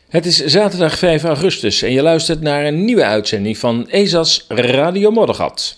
Het is zaterdag 5 augustus en je luistert naar een nieuwe uitzending van ESA's Radio Moddergat.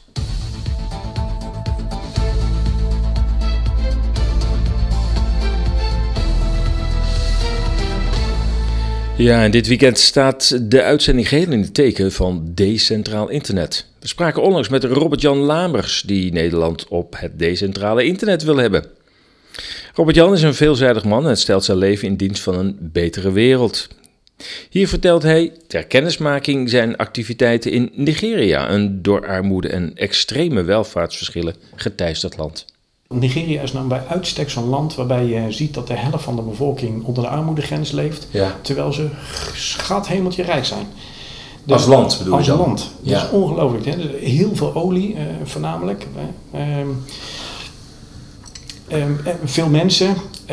Ja, en dit weekend staat de uitzending geheel in het teken van decentraal internet. We spraken onlangs met Robert-Jan Lamers, die Nederland op het decentrale internet wil hebben. Robert-Jan is een veelzijdig man en stelt zijn leven in dienst van een betere wereld. Hier vertelt hij ter kennismaking zijn activiteiten in Nigeria, een door armoede en extreme welvaartsverschillen geteisterd land. Nigeria is nou bij uitstek zo'n land waarbij je ziet dat de helft van de bevolking onder de armoedegrens leeft, terwijl ze schathemeltje rijk zijn. Dus als land bedoel je dan? Als land. Dat is ongelooflijk. Hè? Heel veel olie voornamelijk. Veel mensen.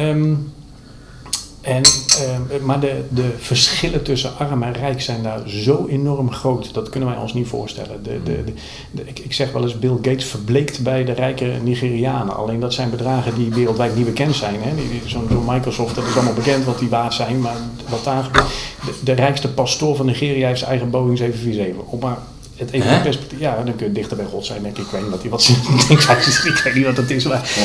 Maar de verschillen tussen arm en rijk zijn daar zo enorm groot. Dat kunnen wij ons niet voorstellen. Ik zeg wel eens, Bill Gates verbleekt bij de rijke Nigerianen. Alleen dat zijn bedragen die wereldwijd niet bekend zijn. Hè? Zo'n Microsoft, dat is allemaal bekend wat die waard zijn. Maar wat daar gebeurt. De rijkste pastoor van Nigeria heeft zijn eigen Boeing 747. Op maar het even perspectief, ja, dan kun je dichter bij God zijn. Denk ik weet niet wat hij wat ik weet niet wat dat is, maar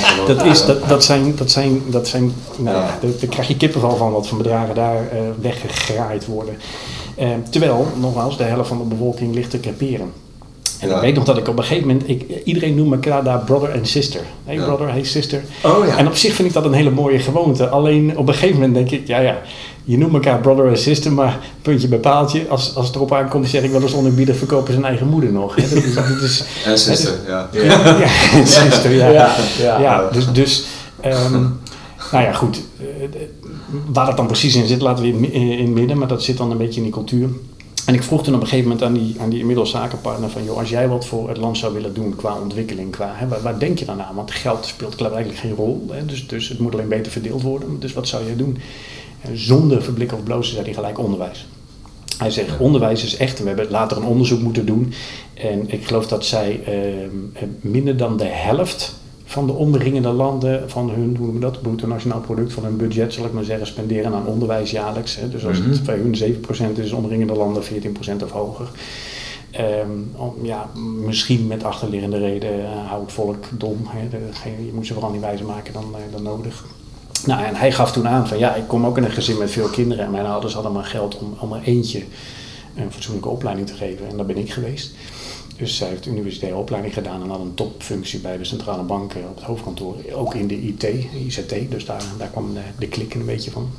dat zijn daar krijg je kippenval van wat voor bedragen daar weggegraaid worden. Terwijl, nogmaals, de helft van de bevolking ligt te creperen. En ik weet nog dat ik op een gegeven moment, iedereen noemt elkaar daar brother en sister. Hey brother, hey sister. Oh, ja. En op zich vind ik dat een hele mooie gewoonte. Alleen op een gegeven moment denk ik, je noemt elkaar brother en sister, maar puntje bij paaltje, als het erop aankomt, zeg ik wel eens oneerbiedig verkopen zijn eigen moeder nog. Hè. Dat is, en sister, ja. En sister, nou ja, goed. Waar dat dan precies in zit, laten we in het midden, maar dat zit dan een beetje in die cultuur. En ik vroeg toen op een gegeven moment aan die inmiddels zakenpartner van, als jij wat voor het land zou willen doen qua ontwikkeling, waar denk je dan aan? Want geld speelt eigenlijk geen rol, hè? Dus het moet alleen beter verdeeld worden. Dus wat zou jij doen? En zonder verblik of blozen zei hij gelijk onderwijs. Hij zegt, onderwijs is echt, we hebben later een onderzoek moeten doen. En ik geloof dat zij minder dan de helft van de omringende landen van hun, hoe noemen we dat, bruto nationaal product, van hun budget, zal ik maar zeggen, spenderen aan onderwijs jaarlijks. Hè. Dus als het bij hun 7% is, omringende landen 14% of hoger. Misschien met achterliggende reden houdt het volk dom. Hè. Je moet ze vooral niet wijzer maken dan nodig. Nou, en hij gaf toen aan van, ik kom ook in een gezin met veel kinderen en mijn ouders hadden maar geld om er eentje een fatsoenlijke opleiding te geven. En daar ben ik geweest. Dus zij heeft de universitaire opleiding gedaan en had een topfunctie bij de centrale bank op het hoofdkantoor. Ook in de ICT, dus daar kwam de klik een beetje van.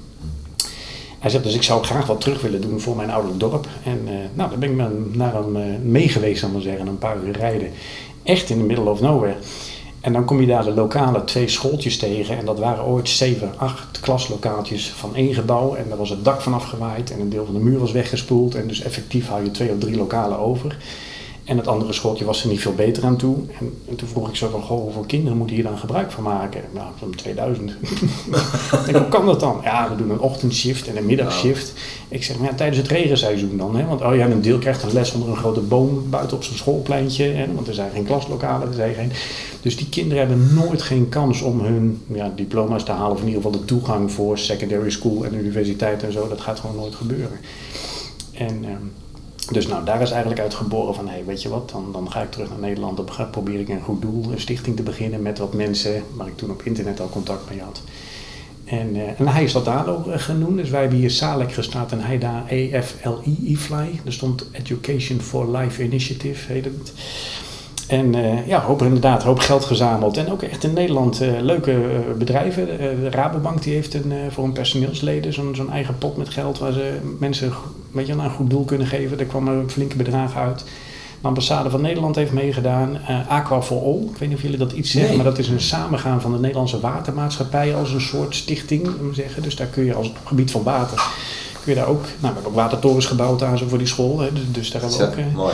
Hij zegt, dus ik zou graag wat terug willen doen voor mijn ouderlijk dorp. En daar ben ik naar hem mee geweest, zal ik maar zeggen, een paar uur rijden. Echt in the middle of nowhere. En dan kom je daar de lokale 2 schooltjes tegen. En dat waren ooit 7, 8 klaslokaaltjes van 1 gebouw. En daar was het dak van afgewaaid en een deel van de muur was weggespoeld. En dus effectief hou je 2 of 3 lokalen over. En het andere schooltje was er niet veel beter aan toe. En toen vroeg ik zo van, hoeveel kinderen moeten hier dan gebruik van maken? Nou, zo'n 2000. Ik denk, hoe kan dat dan? Ja, we doen een ochtendshift en een middagshift. Ik zeg, maar tijdens het regenseizoen dan. Hè? Want een deel krijgt een les onder een grote boom buiten op zijn schoolpleintje. Hè? Want er zijn geen klaslokalen, er zijn geen. Dus die kinderen hebben nooit geen kans om hun diploma's te halen. Of in ieder geval de toegang voor secondary school en universiteit en zo. Dat gaat gewoon nooit gebeuren. En dus daar is eigenlijk uit geboren van, weet je wat, dan ga ik terug naar Nederland. Dan probeer ik een goed doel, een stichting te beginnen met wat mensen waar ik toen op internet al contact mee had. En hij is dat Dalo genoemd, dus wij hebben hier SALEC gestart en hij daar EFLI, E-Fly. Er stond Education for Life Initiative, heette het. En inderdaad hoop geld gezameld. En ook echt in Nederland leuke bedrijven. De Rabobank die heeft voor hun personeelsleden zo'n eigen pot met geld waar ze mensen een goed doel kunnen geven. Daar kwam een flinke bedrag uit. De ambassade van Nederland heeft meegedaan. Aqua for All, ik weet niet of jullie dat iets zeggen, maar dat is een samengaan van de Nederlandse watermaatschappij als een soort stichting, moet ik zeggen. Dus daar kun je als op het gebied van water, kun je daar ook, we hebben ook watertorens gebouwd aan zo voor die school. Hè. Dus daar hebben we ook. Mooi,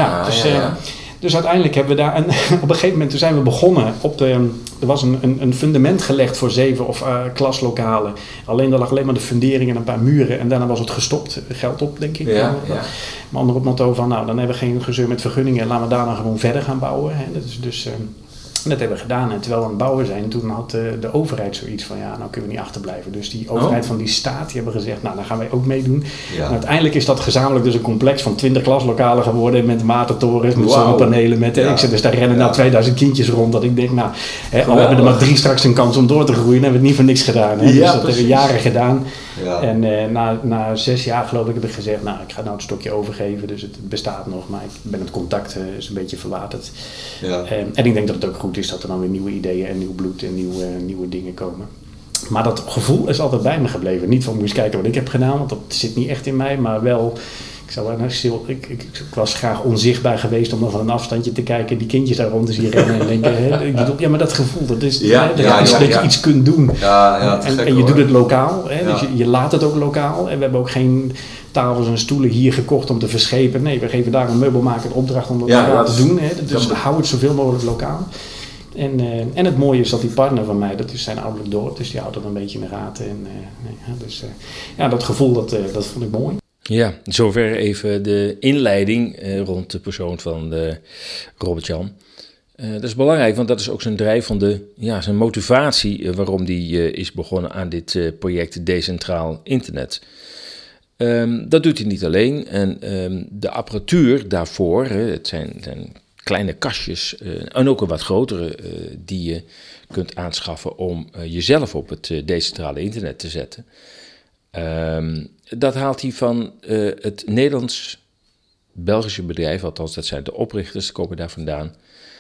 Dus uiteindelijk hebben we daar, en op een gegeven moment zijn we begonnen er was een fundament gelegd voor 7 klaslokalen. Alleen daar lag alleen maar de fundering en een paar muren en daarna was het gestopt, geld op denk ik. Maar onder het motto van, dan hebben we geen gezeur met vergunningen, laten we daar dan gewoon verder gaan bouwen. Hè. En dat hebben we gedaan. En terwijl we aan het bouwen zijn, toen had de overheid zoiets van, ja, nou kunnen we niet achterblijven. Dus die overheid van die staat, die hebben gezegd, nou, dan gaan wij ook meedoen. Ja. En uiteindelijk is dat gezamenlijk dus een complex van 20 klaslokalen geworden, met watertorens, met zonnepanelen. Ik zit dus daar rennen nou 2000 kindjes rond, dat ik denk, nou, al hebben er maar 3 straks een kans om door te groeien, hebben we het niet voor niks gedaan. Hè? Dus dat hebben we jaren gedaan. Ja. En na 6 jaar geloof ik heb ik gezegd, nou, ik ga nou het stokje overgeven, dus het bestaat nog, maar ik ben het contact is een beetje verwaterd. Ja. En ik denk dat het ook goed is dat er dan weer nieuwe ideeën en nieuw bloed en nieuwe dingen komen. Maar dat gevoel is altijd bij me gebleven. Niet van moest kijken wat ik heb gedaan, want dat zit niet echt in mij, maar wel. Ik was graag onzichtbaar geweest om dan van een afstandje te kijken, die kindjes daar rond te zien rennen en denken, ik bedoel, ja, maar dat gevoel, dat is dat je iets kunt doen. En je doet het lokaal, dus je laat het ook lokaal. En we hebben ook geen tafels en stoelen hier gekocht om te verschepen. Nee, we geven daar een meubelmaker de opdracht om dat lokaal te doen. Dus hou het zoveel mogelijk lokaal. En het mooie is dat die partner van mij, dat is zijn ouderlijk dorp, dus die houdt dat een beetje in de gaten. Dus dat gevoel, dat vond ik mooi. Ja, zover even de inleiding rond de persoon van Robert-Jan. Dat is belangrijk, want dat is ook zijn drijvende, zijn motivatie waarom die is begonnen aan dit project Decentraal Internet. Dat doet hij niet alleen en de apparatuur daarvoor, het zijn kleine kastjes en ook een wat grotere die je kunt aanschaffen om jezelf op het decentrale internet te zetten. Dat haalt hij van het Nederlands-Belgische bedrijf, althans dat zijn de oprichters, komen daar vandaan.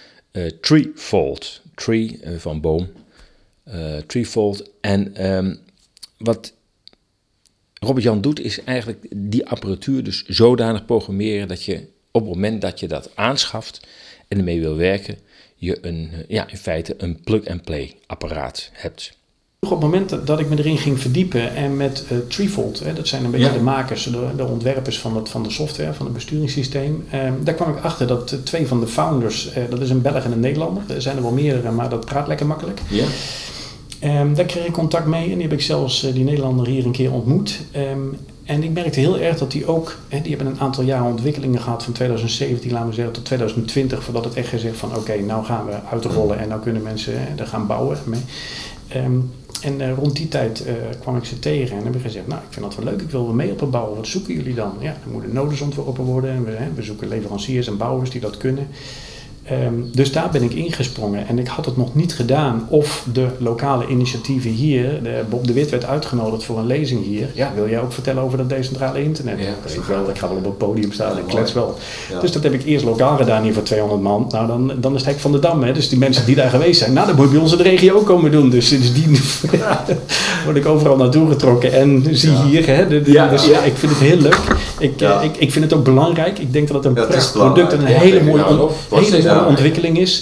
Treefold, tree van boom, Treefold. En wat Robert-Jan doet is eigenlijk die apparatuur dus zodanig programmeren dat je op het moment dat je dat aanschaft en ermee wil werken, je in feite een plug-and-play apparaat hebt. Op het moment dat ik me erin ging verdiepen en met Treefold, dat zijn een beetje de makers, de ontwerpers van de software, van het besturingssysteem, daar kwam ik achter dat 2 van de founders, dat is een Belg en een Nederlander, er zijn er wel meerdere, maar dat praat lekker makkelijk. Ja. Daar kreeg ik contact mee en die heb ik zelfs die Nederlander hier een keer ontmoet. En ik merkte heel erg dat die ook, die hebben een aantal jaren ontwikkelingen gehad van 2017, laten we zeggen, tot 2020, voordat het echt gezegd van oké, nou gaan we uitrollen en nou kunnen mensen er gaan bouwen mee. En rond die tijd kwam ik ze tegen en heb ik gezegd, nou, ik vind dat wel leuk, ik wil wel mee op het bouwen. Wat zoeken jullie dan? Ja, er moeten nodes ontworpen worden en we zoeken leveranciers en bouwers die dat kunnen. Dus daar ben ik ingesprongen en ik had het nog niet gedaan of de lokale initiatieven hier, Bob de Wit werd uitgenodigd voor een lezing hier. Ja, wil jij ook vertellen over dat decentrale internet? Ja, ik ga wel op het podium staan en klets wel. Ja. Dus dat heb ik eerst lokaal gedaan hier voor 200 man. Nou, dan is het hek van de dam. Hè? Dus die mensen die daar geweest zijn, nou, dat moet je bij ons in de regio ook komen doen. Dus die word ik overal naartoe getrokken en zie hier. Hè, dus ik vind het heel leuk. Ik vind het ook belangrijk. Ik denk dat het een prachtig product en een hele mooie ontwikkeling is.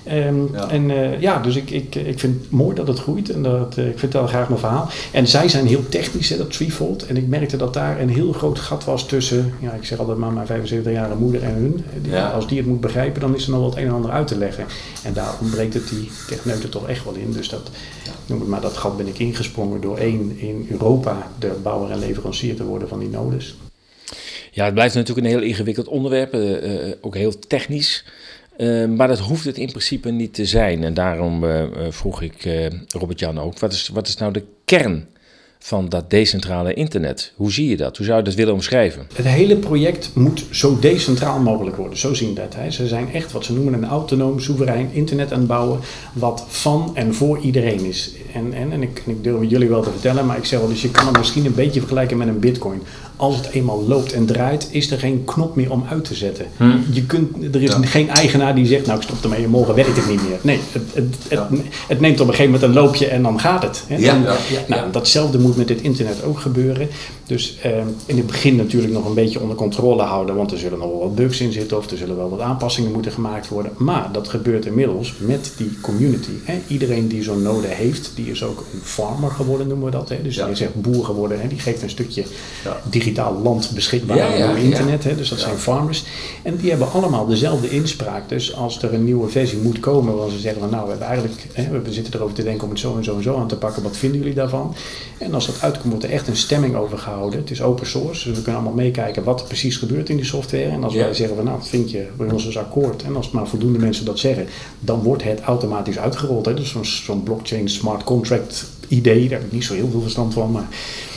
Dus ik vind het mooi dat het groeit en ik vertel graag mijn verhaal. En zij zijn heel technisch, dat Treefold. En ik merkte dat daar een heel groot gat was tussen, ik zeg altijd maar mijn 75-jarige moeder en hun. Als die het moet begrijpen, dan is er nog wel het een en ander uit te leggen. En daar ontbreekt het die techneuten toch echt wel in. Dus noem het maar, dat gat ben ik ingesprongen door in Europa de bouwer en leverancier te worden van die nodes. Ja, het blijft natuurlijk een heel ingewikkeld onderwerp, ook heel technisch. Maar dat hoeft het in principe niet te zijn. En daarom vroeg ik Robert-Jan ook, wat is nou de kern van dat decentrale internet? Hoe zie je dat? Hoe zou je dat willen omschrijven? Het hele project moet zo decentraal mogelijk worden. Zo zien dat. Ze zijn echt wat ze noemen een autonoom, soeverein internet aan het bouwen, wat van en voor iedereen is. En ik durf het jullie wel te vertellen, maar ik zeg wel, dus je kan het misschien een beetje vergelijken met een bitcoin. Als het eenmaal loopt en draait, is er geen knop meer om uit te zetten. Er is geen eigenaar die zegt, nou ik stop ermee en morgen werkt het niet meer. Nee, het neemt op een gegeven moment een loopje en dan gaat het. Hè? Datzelfde moet met dit internet ook gebeuren. Dus in het begin natuurlijk nog een beetje onder controle houden, want er zullen nog wel wat bugs in zitten of er zullen wel wat aanpassingen moeten gemaakt worden. Maar dat gebeurt inmiddels met die community. Hè? Iedereen die zo'n node heeft, die is ook een farmer geworden, noemen we dat. Hè? Dus die is echt boer geworden, hè? Die geeft een stukje digitaal digitaal land beschikbaar door internet. Hè, dus dat zijn farmers. En die hebben allemaal dezelfde inspraak. Dus als er een nieuwe versie moet komen, waar ze zeggen van nou, we zitten erover te denken om het zo en zo en zo aan te pakken. Wat vinden jullie daarvan? En als dat uitkomt, wordt er echt een stemming over gehouden. Het is open source, dus we kunnen allemaal meekijken wat er precies gebeurt in die software. En als wij zeggen van nou, vind je bij ons dus akkoord. En als maar voldoende mensen dat zeggen, dan wordt het automatisch uitgerold. Hè. Dus zo'n blockchain smart contract idee, daar heb ik niet zo heel veel verstand van, maar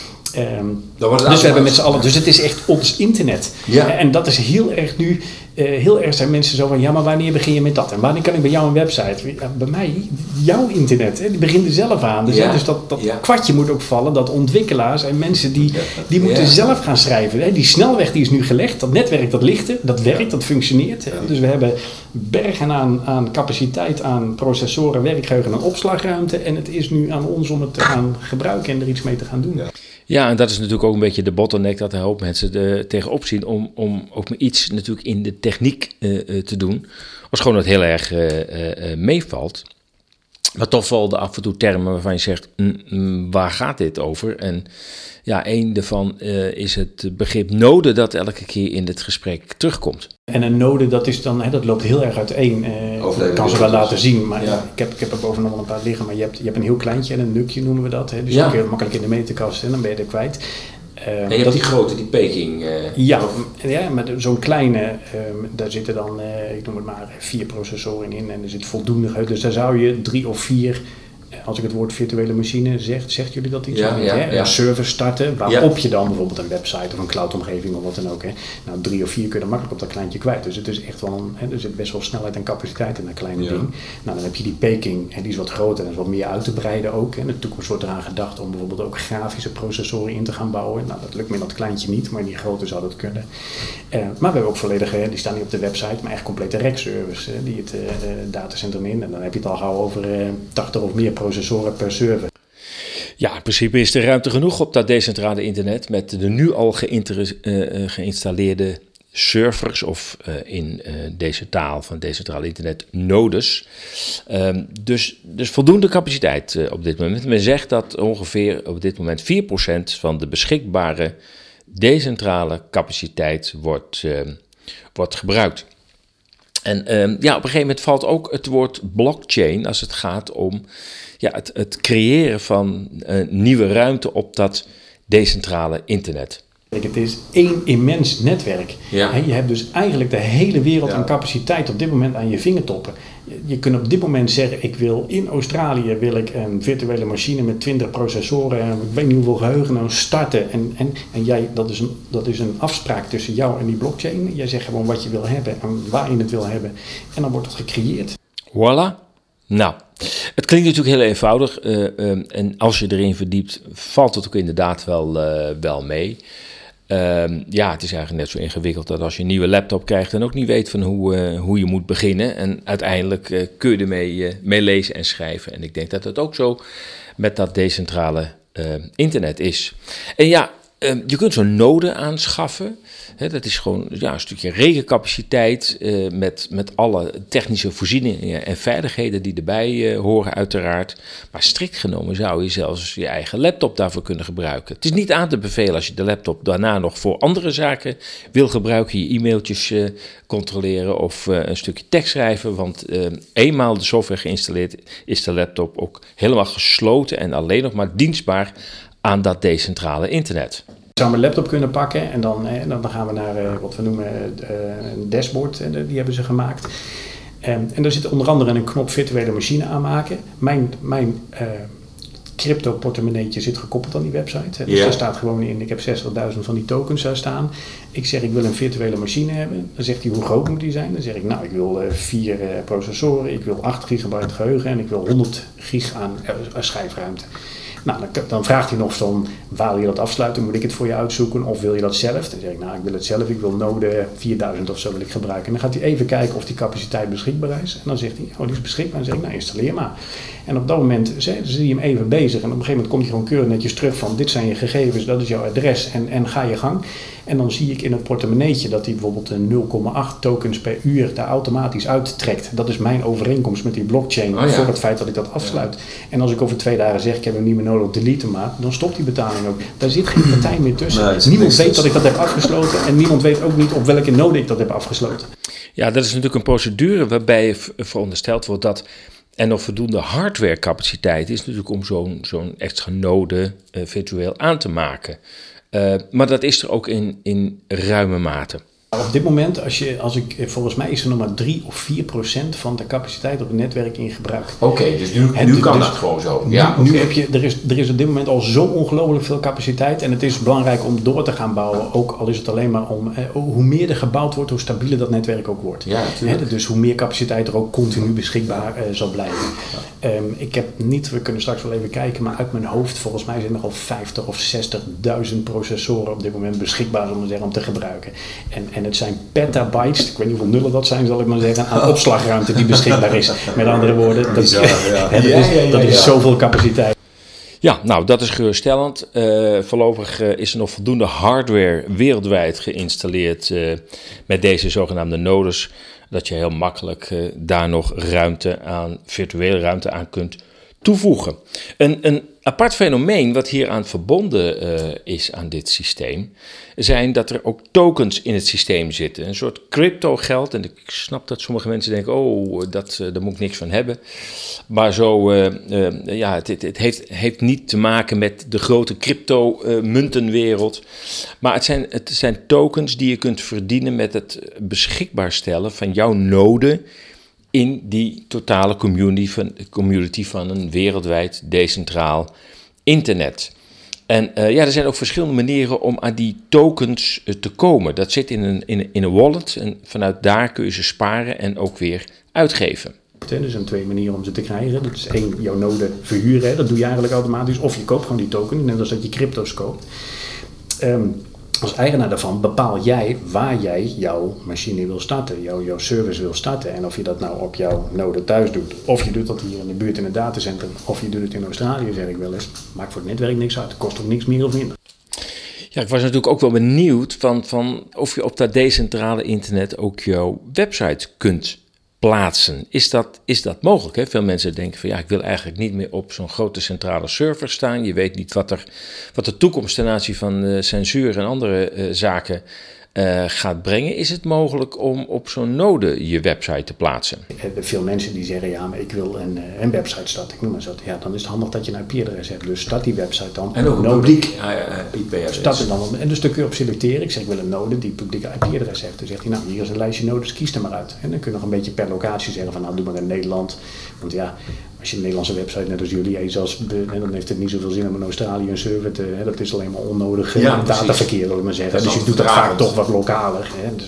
dus we hebben met z'n allen, dus het is echt ons internet. Ja. En dat is heel erg nu, heel erg zijn mensen zo van, ja, maar wanneer begin je met dat? En wanneer kan ik bij jou een website? Ja, bij mij, jouw internet, hè, die begint er zelf aan. Dus, dus dat kwartje moet ook vallen, dat ontwikkelaars en mensen die moeten zelf gaan schrijven. Hè. Die snelweg die is nu gelegd, dat netwerk dat ligt er, dat werkt, dat functioneert. Ja. Dus we hebben bergen aan capaciteit, aan processoren, werkgeheugen en opslagruimte. En het is nu aan ons om het te gaan gebruiken en er iets mee te gaan doen. Ja, en dat is natuurlijk ook een beetje de bottleneck dat een hoop mensen tegenop zien om ook maar iets natuurlijk in de techniek te doen. Als gewoon het heel erg meevalt. Maar toch vallen af en toe termen waarvan je zegt, waar gaat dit over? En ja, één daarvan is het begrip node dat elke keer in het gesprek terugkomt. En een node, dat is dan, dat loopt heel erg uiteen. Ik kan ze wel laten zien, maar ik heb er boven nog wel een paar liggen. Maar je hebt een heel kleintje en een nukje noemen we dat. Hè. Dus je kun makkelijk in de meterkast en dan ben je er kwijt. En je hebt die grote, die Peking. Maar zo'n kleine, daar zitten dan, ik noem het maar, 4 processoren in. En er zit voldoende geheugen. Dus daar zou je 3 of 4... Als ik het woord virtuele machine zeg, zegt jullie dat iets? Een server starten, waarop je dan bijvoorbeeld een website of een cloudomgeving of wat dan ook. Hè. Nou, 3 of 4 kun je dan makkelijk op dat kleintje kwijt. Dus het is echt wel er zit best wel snelheid en capaciteit in dat kleine ding. Nou, dan heb je die Peking, die is wat groter en is wat meer uit te breiden ook. In de toekomst wordt eraan gedacht om bijvoorbeeld ook grafische processoren in te gaan bouwen. Nou, dat lukt me in dat kleintje niet, maar in die grote zou dat kunnen. Maar we hebben ook volledige, die staan niet op de website, maar echt complete rack-servers die het datacentrum in. En dan heb je het al gauw over 80 of meer processoren per server. Ja, in principe is er ruimte genoeg op dat decentrale internet met de nu al geïnstalleerde servers of in deze taal van decentraal internet nodes. Dus voldoende capaciteit op dit moment. Men zegt dat ongeveer op dit moment 4% van de beschikbare decentrale capaciteit wordt gebruikt. En op een gegeven moment valt ook het woord blockchain als het gaat om het creëren van nieuwe ruimte op dat decentrale internet. Het is één immens netwerk. Ja. Je hebt dus eigenlijk de hele wereld aan capaciteit op dit moment aan je vingertoppen. Je kunt op dit moment zeggen, in Australië wil ik een virtuele machine met 20 processoren en ik weet niet hoeveel geheugen dan starten. En jij, dat is een afspraak tussen jou en die blockchain. Jij zegt gewoon wat je wil hebben en waar je het wil hebben. En dan wordt het gecreëerd. Voilà. Nou, het klinkt natuurlijk heel eenvoudig. En als je erin verdiept, valt het ook inderdaad wel mee. Het is eigenlijk net zo ingewikkeld dat als je een nieuwe laptop krijgt en ook niet weet van hoe je moet beginnen. En uiteindelijk kun je ermee lezen en schrijven. En ik denk dat het ook zo met dat decentrale internet is. En je kunt zo'n node aanschaffen. Dat is gewoon een stukje rekencapaciteit met alle technische voorzieningen en veiligheden die erbij horen uiteraard. Maar strikt genomen zou je zelfs je eigen laptop daarvoor kunnen gebruiken. Het is niet aan te bevelen als je de laptop daarna nog voor andere zaken wil gebruiken. Je e-mailtjes controleren of een stukje tekst schrijven. Want eenmaal de software geïnstalleerd is de laptop ook helemaal gesloten en alleen nog maar dienstbaar aan dat decentrale internet. Ik zou mijn laptop kunnen pakken en dan gaan we naar wat we noemen een dashboard. Die hebben ze gemaakt. En daar zit onder andere een knop virtuele machine aanmaken. Mijn crypto portemonneetje zit gekoppeld aan die website. Dus daar staat gewoon in, ik heb 60.000 van die tokens daar staan. Ik zeg, ik wil een virtuele machine hebben. Dan zegt hij, hoe groot moet die zijn? Dan zeg ik, ik wil 4 processoren, ik wil 8 gigabyte geheugen en ik wil 100 gig aan schijfruimte. Nou, dan vraagt hij nog van, waar wil je dat afsluiten? Moet ik het voor je uitzoeken of wil je dat zelf? Dan zeg ik, ik wil het zelf. Ik wil node 4000 of zo wil ik gebruiken. En dan gaat hij even kijken of die capaciteit beschikbaar is. En dan zegt hij, die is beschikbaar. En dan zeg ik, installeer maar. En op dat moment zie je hem even bezig. En op een gegeven moment komt hij gewoon keurig netjes terug van, dit zijn je gegevens, dat is jouw adres en ga je gang. En dan zie ik in het portemonneetje dat hij bijvoorbeeld 0,8 tokens per uur daar automatisch uittrekt. Dat is mijn overeenkomst met die blockchain voor het feit dat ik dat afsluit. Ja. En als ik over 2 dagen zeg, ik heb hem niet meer nodig, delete hem maar. Dan stopt die betaling ook. Daar zit geen partij meer tussen. Nee, niemand weet dat ik dat heb afgesloten en niemand weet ook niet op welke node ik dat heb afgesloten. Ja, dat is natuurlijk een procedure waarbij verondersteld wordt dat er nog voldoende hardwarecapaciteit is natuurlijk om zo'n extra node virtueel aan te maken. Maar dat is er ook in ruime mate. Op dit moment, volgens mij is er nog maar 3 of 4% van de capaciteit op het netwerk in gebruik. Oké, dus nu kan dat gewoon zo. Ja, nu heb je, er is op dit moment al zo ongelooflijk veel capaciteit. En het is belangrijk om door te gaan bouwen. Ook al is het alleen maar om, hoe meer er gebouwd wordt, hoe stabieler dat netwerk ook wordt. Ja, natuurlijk. Dus hoe meer capaciteit er ook continu beschikbaar zal blijven. Ja. Ik heb niet, we kunnen straks wel even kijken, maar uit mijn hoofd, volgens mij zijn er al 50 of 60.000 processoren op dit moment beschikbaar om te gebruiken. En het zijn petabytes, ik weet niet hoeveel nullen dat zijn, zal ik maar zeggen, aan opslagruimte die beschikbaar is. Met andere woorden, dat is zoveel capaciteit. Ja, nou dat is geruststellend. Voorlopig is er nog voldoende hardware wereldwijd geïnstalleerd met deze zogenaamde nodes, dat je heel makkelijk daar nog virtuele ruimte aan kunt toevoegen. Een apart fenomeen wat hier aan verbonden is aan dit systeem, zijn dat er ook tokens in het systeem zitten. Een soort crypto geld. En ik snap dat sommige mensen denken, daar moet ik niks van hebben. Maar het heeft niet te maken met de grote crypto muntenwereld. Maar het zijn tokens die je kunt verdienen met het beschikbaar stellen van jouw node in die totale community van een wereldwijd decentraal internet. En er zijn ook verschillende manieren om aan die tokens te komen. Dat zit in een wallet en vanuit daar kun je ze sparen en ook weer uitgeven. Er zijn 2 manieren om ze te krijgen. Dat is 1, jouw node verhuren. Dat doe je eigenlijk automatisch. Of je koopt gewoon die token, net als dat je crypto's koopt. Als eigenaar daarvan bepaal jij waar jij jouw machine wil starten, jouw service wil starten. En of je dat nou op jouw node thuis doet, of je doet dat hier in de buurt in het datacentrum, of je doet het in Australië, zeg ik wel eens. Maakt voor het netwerk niks uit. Het kost ook niks meer of minder. Ja, ik was natuurlijk ook wel benieuwd van of je op dat decentrale internet ook jouw website kunt plaatsen. Is dat mogelijk? Hè? Veel mensen denken van ik wil eigenlijk niet meer op zo'n grote centrale server staan. Je weet niet wat de toekomst ten aanzien van censuur en andere zaken gaat brengen. Is het mogelijk om op zo'n node je website te plaatsen? Veel mensen die zeggen, maar ik wil een website starten. Ik noem maar zo. Ja, dan is het handig dat je een IP-adres hebt. Dus start die website dan. En ook een publiek IP-adres. Start er dan. En dus daar kun je op selecteren. Ik zeg, ik wil een node die publieke IP-adres heeft. Dan zegt hij, hier is een lijstje nodes, kies er maar uit. En dan kun je nog een beetje per locatie zeggen van, doe maar in Nederland. Want als je een Nederlandse website, net als jullie, dan heeft het niet zoveel zin om in Australië een server te... dat is alleen maar onnodig dataverkeer, wil ik maar zeggen. Dus je doet dat vaak toch wat lokaler.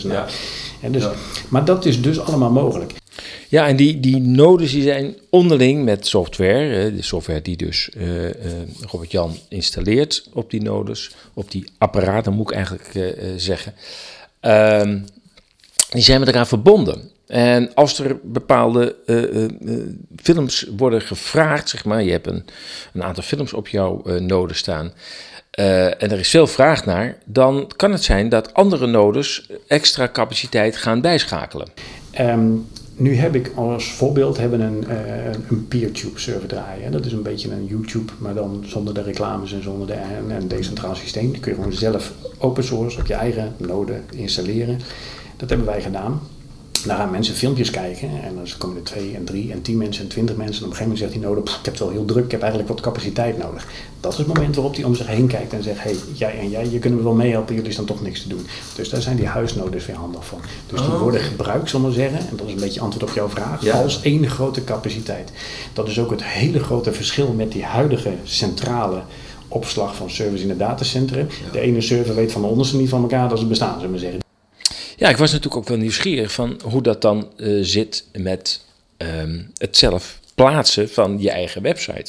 Maar dat is dus allemaal mogelijk. Ja, en die nodes die zijn onderling met software. De software die dus Robert-Jan installeert op die nodes, op die apparaten moet ik eigenlijk zeggen. Die zijn met elkaar verbonden. En als er bepaalde films worden gevraagd, zeg maar, je hebt een aantal films op jouw node staan en er is veel vraag naar, dan kan het zijn dat andere nodes extra capaciteit gaan bijschakelen. Nu heb ik als voorbeeld een PeerTube server draaien. Dat is een beetje een YouTube, maar dan zonder de reclames en zonder een decentraal systeem. Die kun je gewoon zelf open source op je eigen node installeren. Dat hebben wij gedaan. Daar gaan mensen filmpjes kijken en dan komen er 2 en 3 en 10 mensen en 20 mensen. En op een gegeven moment zegt die node, ik heb het wel heel druk, ik heb eigenlijk wat capaciteit nodig. Dat is het moment waarop hij om zich heen kijkt en zegt, jij en jij, je kunnen we wel meehelpen, jullie staan toch niks te doen. Dus daar zijn die huisnodes weer handig van. Dus die worden gebruikt, zullen we zeggen, en dat is een beetje antwoord op jouw vraag, als één grote capaciteit. Dat is ook het hele grote verschil met die huidige centrale opslag van servers in het datacentrum. Ja. De ene server weet van de onderste niet van elkaar, dat is het bestaan, zullen we zeggen. Ja, ik was natuurlijk ook wel nieuwsgierig van hoe dat dan zit met het zelf plaatsen van je eigen website.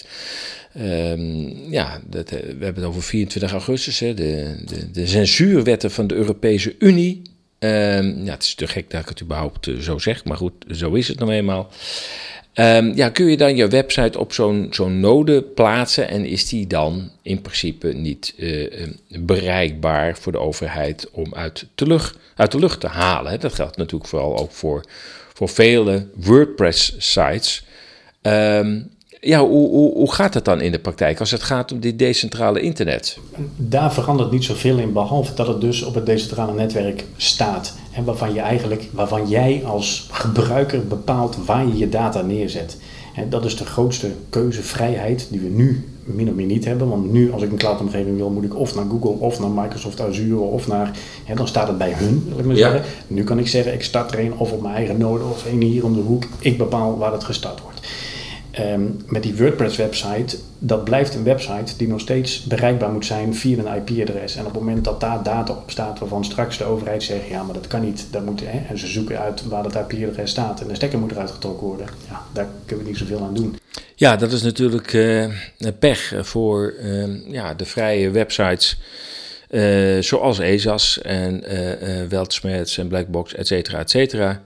We hebben het over 24 augustus, de censuurwetten van de Europese Unie. Het is te gek dat ik het überhaupt zo zeg, maar goed, zo is het nou eenmaal. Kun je dan je website op zo'n node plaatsen en is die dan in principe niet bereikbaar voor de overheid om uit de lucht te halen? Hè? Dat geldt natuurlijk vooral ook voor vele WordPress-sites. Ja, hoe gaat het dan in de praktijk als het gaat om dit decentrale internet? Daar verandert niet zoveel in, behalve dat het dus op het decentrale netwerk staat. En waarvan jij als gebruiker bepaalt waar je je data neerzet. En dat is de grootste keuzevrijheid die we nu min of meer niet hebben. Want nu, als ik een cloudomgeving wil, moet ik of naar Google of naar Microsoft Azure of naar... dan staat het bij hun, wil ik maar zeggen. Nu kan ik zeggen, ik start er een of op mijn eigen node of een hier om de hoek. Ik bepaal waar het gestart wordt. Met die WordPress-website, dat blijft een website die nog steeds bereikbaar moet zijn via een IP-adres. En op het moment dat daar data op staat waarvan straks de overheid zegt, ja, maar dat kan niet, dat moet, en ze zoeken uit waar dat IP-adres staat en de stekker moet eruit getrokken worden, ja, daar kunnen we niet zoveel aan doen. Ja, dat is natuurlijk pech voor de vrije websites zoals ESAS en Weltschmerz en Blackbox, et cetera, et cetera.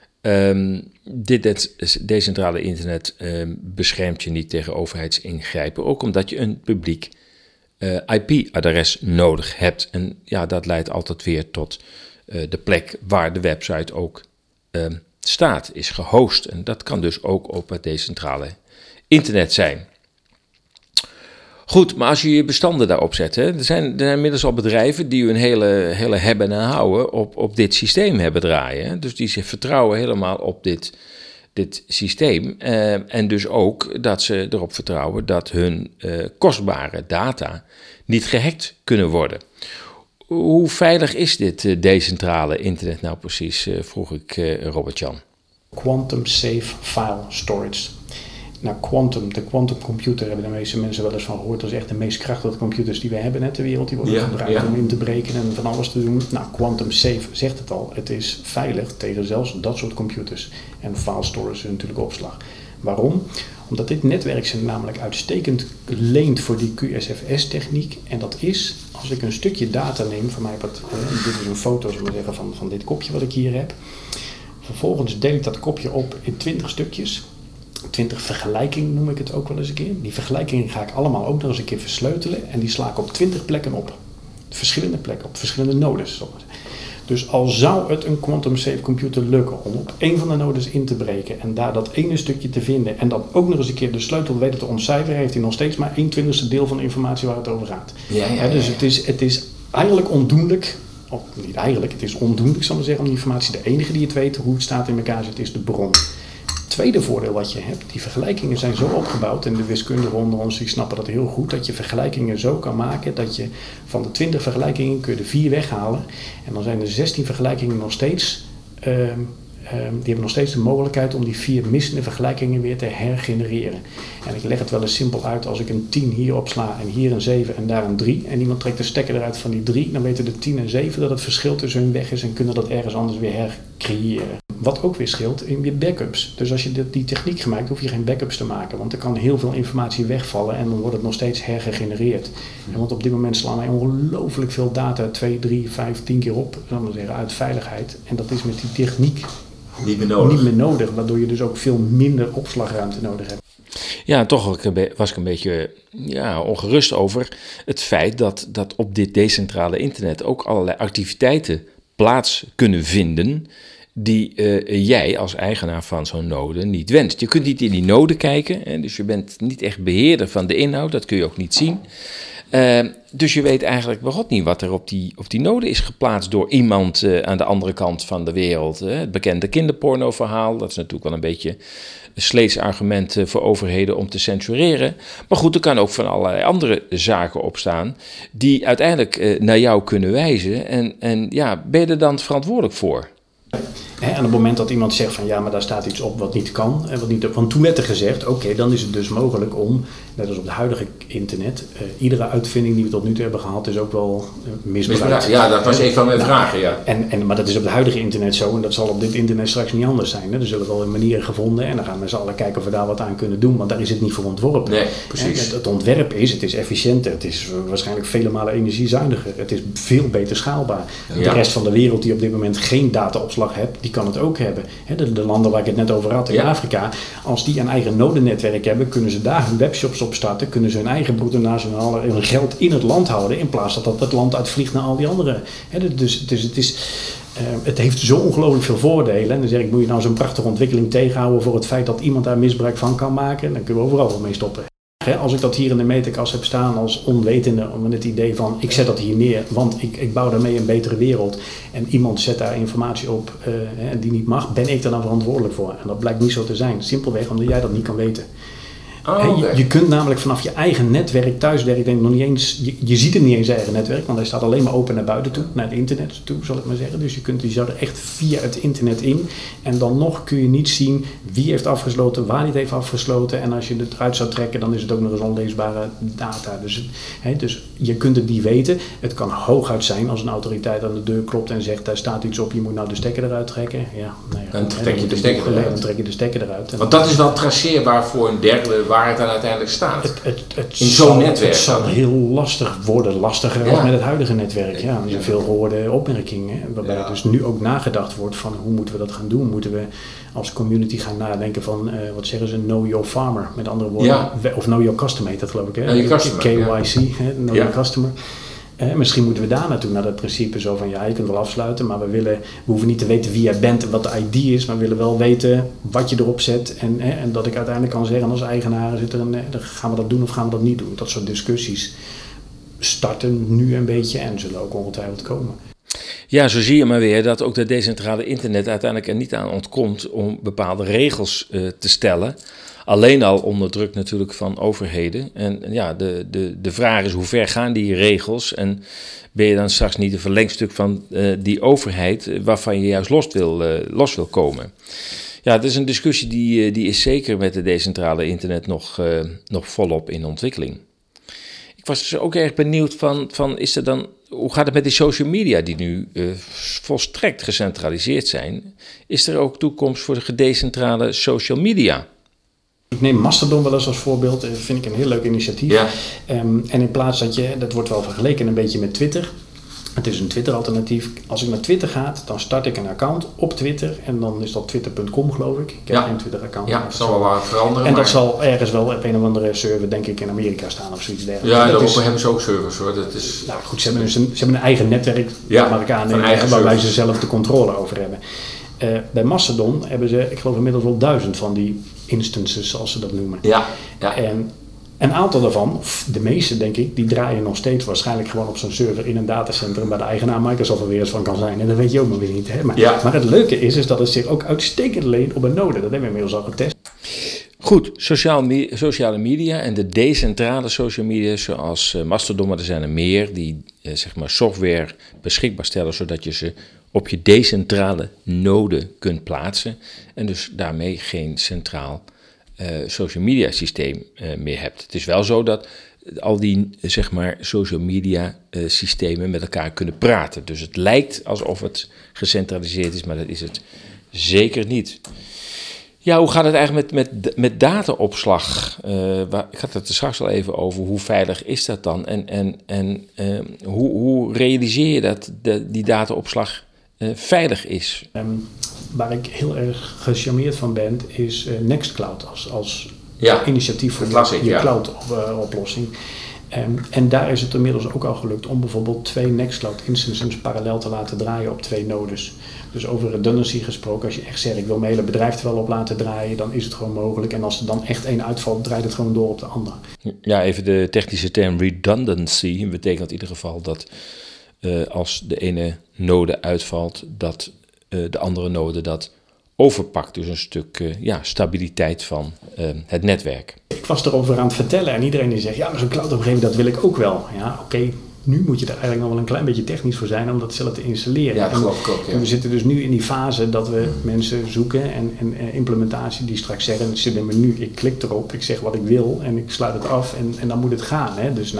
Dit decentrale internet beschermt je niet tegen overheidsingrijpen, ook omdat je een publiek IP-adres nodig hebt. En ja, dat leidt altijd weer tot de plek waar de website ook staat, is gehost. En dat kan dus ook op het decentrale internet zijn. Goed, maar als je je bestanden daarop zet, er zijn inmiddels al bedrijven die hun hele hebben en houden op dit systeem hebben draaien. Hè? Dus die zich vertrouwen helemaal op dit systeem. En dus ook dat ze erop vertrouwen dat hun kostbare data niet gehackt kunnen worden. Hoe veilig is dit decentrale internet nou precies, vroeg ik Robert-Jan. Quantum Safe File Storage. Nou, de quantum computer hebben de meeste mensen wel eens van gehoord. Dat is echt de meest krachtige computers die we hebben ter wereld. Die worden gebruikt om in te breken en van alles te doen. Nou, Quantum Safe zegt het al. Het is veilig tegen zelfs dat soort computers. En file storage is natuurlijk opslag. Waarom? Omdat dit netwerk zich namelijk uitstekend leent voor die QSFS-techniek. En dat is, als ik een stukje data neem, van mij dit is een foto van dit kopje wat ik hier heb. Vervolgens deel ik dat kopje op in 20 stukjes. 20 vergelijkingen noem ik het ook wel eens een keer. Die vergelijkingen ga ik allemaal ook nog eens een keer versleutelen. En die sla ik op 20 plekken op. Verschillende plekken, op verschillende nodes. Dus al zou het een quantum safe computer lukken om op één van de nodes in te breken en daar dat ene stukje te vinden en dan ook nog eens een keer de sleutel weten te ontcijferen, heeft hij nog steeds maar 1/20 deel van de informatie waar het over gaat. Dus het is eigenlijk ondoenlijk, of niet eigenlijk, het is ondoenlijk zal ik zeggen om die informatie. De enige die het weet hoe het staat in elkaar zit is de bron. Tweede voordeel wat je hebt, die vergelijkingen zijn zo opgebouwd en de wiskundigen onder ons die snappen dat heel goed, dat je vergelijkingen zo kan maken dat je van de 20 vergelijkingen kun je er 4 weghalen en dan zijn er 16 vergelijkingen nog steeds, die hebben nog steeds de mogelijkheid om die 4 missende vergelijkingen weer te hergenereren. En ik leg het wel eens simpel uit, als ik een 10 hier opsla en hier een 7 en daar een 3 en iemand trekt de stekker eruit van die 3, dan weten de 10 en 7 dat het verschil tussen hun weg is en kunnen dat ergens anders weer hercreëren. Wat ook weer scheelt in je backups. Dus als je die techniek gebruikt, hoef je geen backups te maken. Want er kan heel veel informatie wegvallen en dan wordt het nog steeds hergegenereerd. En want op dit moment slaan wij ongelooflijk veel data 2, 3, 5, 10 keer op, zal ik maar zeggen, uit veiligheid. En dat is met die techniek niet meer nodig. Waardoor je dus ook veel minder opslagruimte nodig hebt. Ja, toch was ik een beetje ongerust over het feit dat op dit decentrale internet ook allerlei activiteiten plaats kunnen vinden die jij als eigenaar van zo'n node niet wenst. Je kunt niet in die node kijken, dus je bent niet echt beheerder van de inhoud, dat kun je ook niet zien. Dus je weet eigenlijk begot niet wat er op die node is geplaatst door iemand aan de andere kant van de wereld. Het bekende kinderporno-verhaal, dat is natuurlijk wel een beetje een sleets argument voor overheden om te censureren. Maar goed, er kan ook van allerlei andere zaken op staan die uiteindelijk naar jou kunnen wijzen. En ben je er dan verantwoordelijk voor? En op het moment dat iemand zegt van ja, maar daar staat iets op wat niet kan. Want toen werd er gezegd, oké, dan is het dus mogelijk om, net als op het huidige internet, iedere uitvinding die we tot nu toe hebben gehad is ook wel misbruikt. Ja, dat was een van mijn vragen, ja. Maar dat is op het huidige internet zo en dat zal op dit internet straks niet anders zijn. Hè. Er zullen wel manieren gevonden en dan gaan we z'n allen kijken of we daar wat aan kunnen doen, want daar is het niet voor ontworpen. Nee, precies. Het ontwerp het is efficiënter, het is waarschijnlijk vele malen energiezuiniger, het is veel beter schaalbaar. Ja. De rest van de wereld die op dit moment geen dataopslag heeft, die kan het ook hebben. De landen waar ik het net over had in Afrika, als die een eigen nodenetwerk hebben, kunnen ze daar hun webshops op starten, kunnen ze hun eigen broedernationale hun geld in het land houden, in plaats dat het land uitvliegt naar al die andere. Dus het heeft zo ongelooflijk veel voordelen. En dan zeg ik, moet je nou zo'n prachtige ontwikkeling tegenhouden voor het feit dat iemand daar misbruik van kan maken, dan kunnen we overal wel mee stoppen. Als ik dat hier in de meterkast heb staan als onwetende, met het idee van ik zet dat hier neer, want ik bouw daarmee een betere wereld en iemand zet daar informatie op die niet mag, ben ik daar dan verantwoordelijk voor? En dat blijkt niet zo te zijn. Simpelweg omdat jij dat niet kan weten. Je kunt namelijk vanaf je eigen netwerk, thuiswerk, nog niet eens, je ziet het niet eens je eigen netwerk, want hij staat alleen maar open naar buiten toe, naar het internet toe, zal ik maar zeggen. Dus je zou er echt via het internet in en dan nog kun je niet zien wie heeft afgesloten, waar hij het heeft afgesloten. En als je het eruit zou trekken, dan is het ook nog eens onleesbare data. Dus je kunt het niet weten. Het kan hooguit zijn als een autoriteit aan de deur klopt en zegt, daar staat iets op, je moet nou de stekker eruit trekken. Dan trek je de stekker eruit. Dan trek je de stekker eruit. Want dat is wel traceerbaar voor een derde waar het dan uiteindelijk staat. In zo'n netwerk. Het zal heel lastig worden, lastiger dan met het huidige netwerk. Er zijn veel gehoorde opmerkingen, waarbij dus nu ook nagedacht wordt van hoe moeten we dat gaan doen? Moeten we als community gaan nadenken van, wat zeggen ze, know your farmer, met andere woorden. Of know your customer heet dat geloof ik. Know your customer, KYC, know your customer. Misschien moeten we daar naartoe, naar dat principe zo van je kunt wel afsluiten, maar we hoeven niet te weten wie jij bent en wat de ID is, maar we willen wel weten wat je erop zet en dat ik uiteindelijk kan zeggen als eigenaar, gaan we dat doen of gaan we dat niet doen? Dat soort discussies starten nu een beetje en zullen ook ongetwijfeld komen. Ja, zo zie je maar weer dat ook de decentrale internet uiteindelijk er niet aan ontkomt om bepaalde regels te stellen. Alleen al onder druk natuurlijk van overheden. En ja, de vraag is hoe ver gaan die regels en ben je dan straks niet een verlengstuk van die overheid waarvan je juist los wil komen. Ja, het is een discussie die is zeker met de decentrale internet nog volop in ontwikkeling. Ik was dus ook erg benieuwd van is er dan, hoe gaat het met die social media die nu volstrekt gecentraliseerd zijn? Is er ook toekomst voor de gedecentrale social media? Ik neem Mastodon wel eens als voorbeeld, dat vind ik een heel leuk initiatief. Ja. En in plaats dat wordt wel vergeleken een beetje met Twitter. Het is een Twitter-alternatief. Als ik naar Twitter ga, dan start ik een account op Twitter. En dan is dat twitter.com geloof ik. Ik heb geen Twitter-account. Ja, dat zal wel veranderen. En dat zal ergens wel op een of andere server, denk ik, in Amerika staan of zoiets dergelijks. Ja, daar hebben ze ook servers hoor. Dat is... Nou goed, ze hebben een eigen netwerk, mag ik aannemen, waarbij ze zelf de controle over hebben. Bij Mastodon hebben ze, ik geloof inmiddels wel 1000 van die instances, zoals ze dat noemen. Ja. En een aantal daarvan, de meeste denk ik, die draaien nog steeds waarschijnlijk gewoon op zo'n server in een datacentrum waar de eigenaar Microsoft er weer eens van kan zijn. En dat weet je ook nog weer niet. Hè? Maar het leuke is dat het zich ook uitstekend leent op een node. Dat hebben we inmiddels al getest. Goed, sociale media en de decentrale social media zoals Mastodon, maar er zijn er meer die software beschikbaar stellen zodat je ze op je decentrale node kunt plaatsen en dus daarmee geen centraal social media systeem meer hebt. Het is wel zo dat al die social media systemen met elkaar kunnen praten. Dus het lijkt alsof het gecentraliseerd is, maar dat is het zeker niet. Ja, hoe gaat het eigenlijk met dataopslag? Ik had het er straks al even over. Hoe veilig is dat dan? En hoe realiseer je dat die dataopslag veilig is? Waar ik heel erg gecharmeerd van ben, is Nextcloud als initiatief voor je cloud-oplossing. En daar is het inmiddels ook al gelukt om bijvoorbeeld 2 Nextcloud instances parallel te laten draaien op 2 nodes. Dus over redundancy gesproken, als je echt zegt ik wil mijn hele bedrijf er wel op laten draaien, dan is het gewoon mogelijk. En als er dan echt één uitvalt, draait het gewoon door op de andere. Ja, even de technische term redundancy betekent in ieder geval dat als de ene node uitvalt, dat de andere node dat overpakt. Dus een stuk stabiliteit van het netwerk. Ik was erover aan het vertellen en iedereen die zegt, ja, maar zo'n cloud-omgeving, dat wil ik ook wel. Ja, oké. Nu moet je er eigenlijk nog wel een klein beetje technisch voor zijn om dat zelf te installeren. Ja, dat geloof ik ook. Ja. En we zitten dus nu in die fase dat we mensen zoeken en implementatie die straks zeggen, het zit in mijn menu, ik klik erop, ik zeg wat ik wil en ik sluit het af en dan moet het gaan. Hè. Dus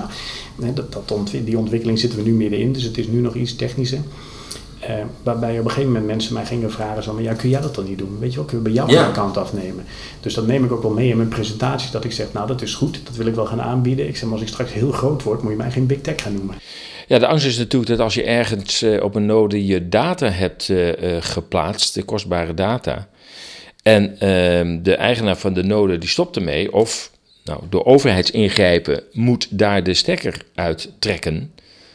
die ontwikkeling zitten we nu middenin, dus het is nu nog iets technischer. Waarbij op een gegeven moment mensen mij gingen vragen zo, maar ja, kun jij dat dan niet doen? Weet je wel, kunnen we bij jou een account afnemen? Dus dat neem ik ook wel mee in mijn presentaties, dat ik zeg, nou dat is goed, dat wil ik wel gaan aanbieden. Ik zeg, maar als ik straks heel groot word, moet je mij geen big tech gaan noemen. Ja, de angst is natuurlijk dat als je ergens op een node je data hebt geplaatst, de kostbare data, en de eigenaar van de node die stopt ermee, of door overheidsingrijpen moet daar de stekker uit trekken.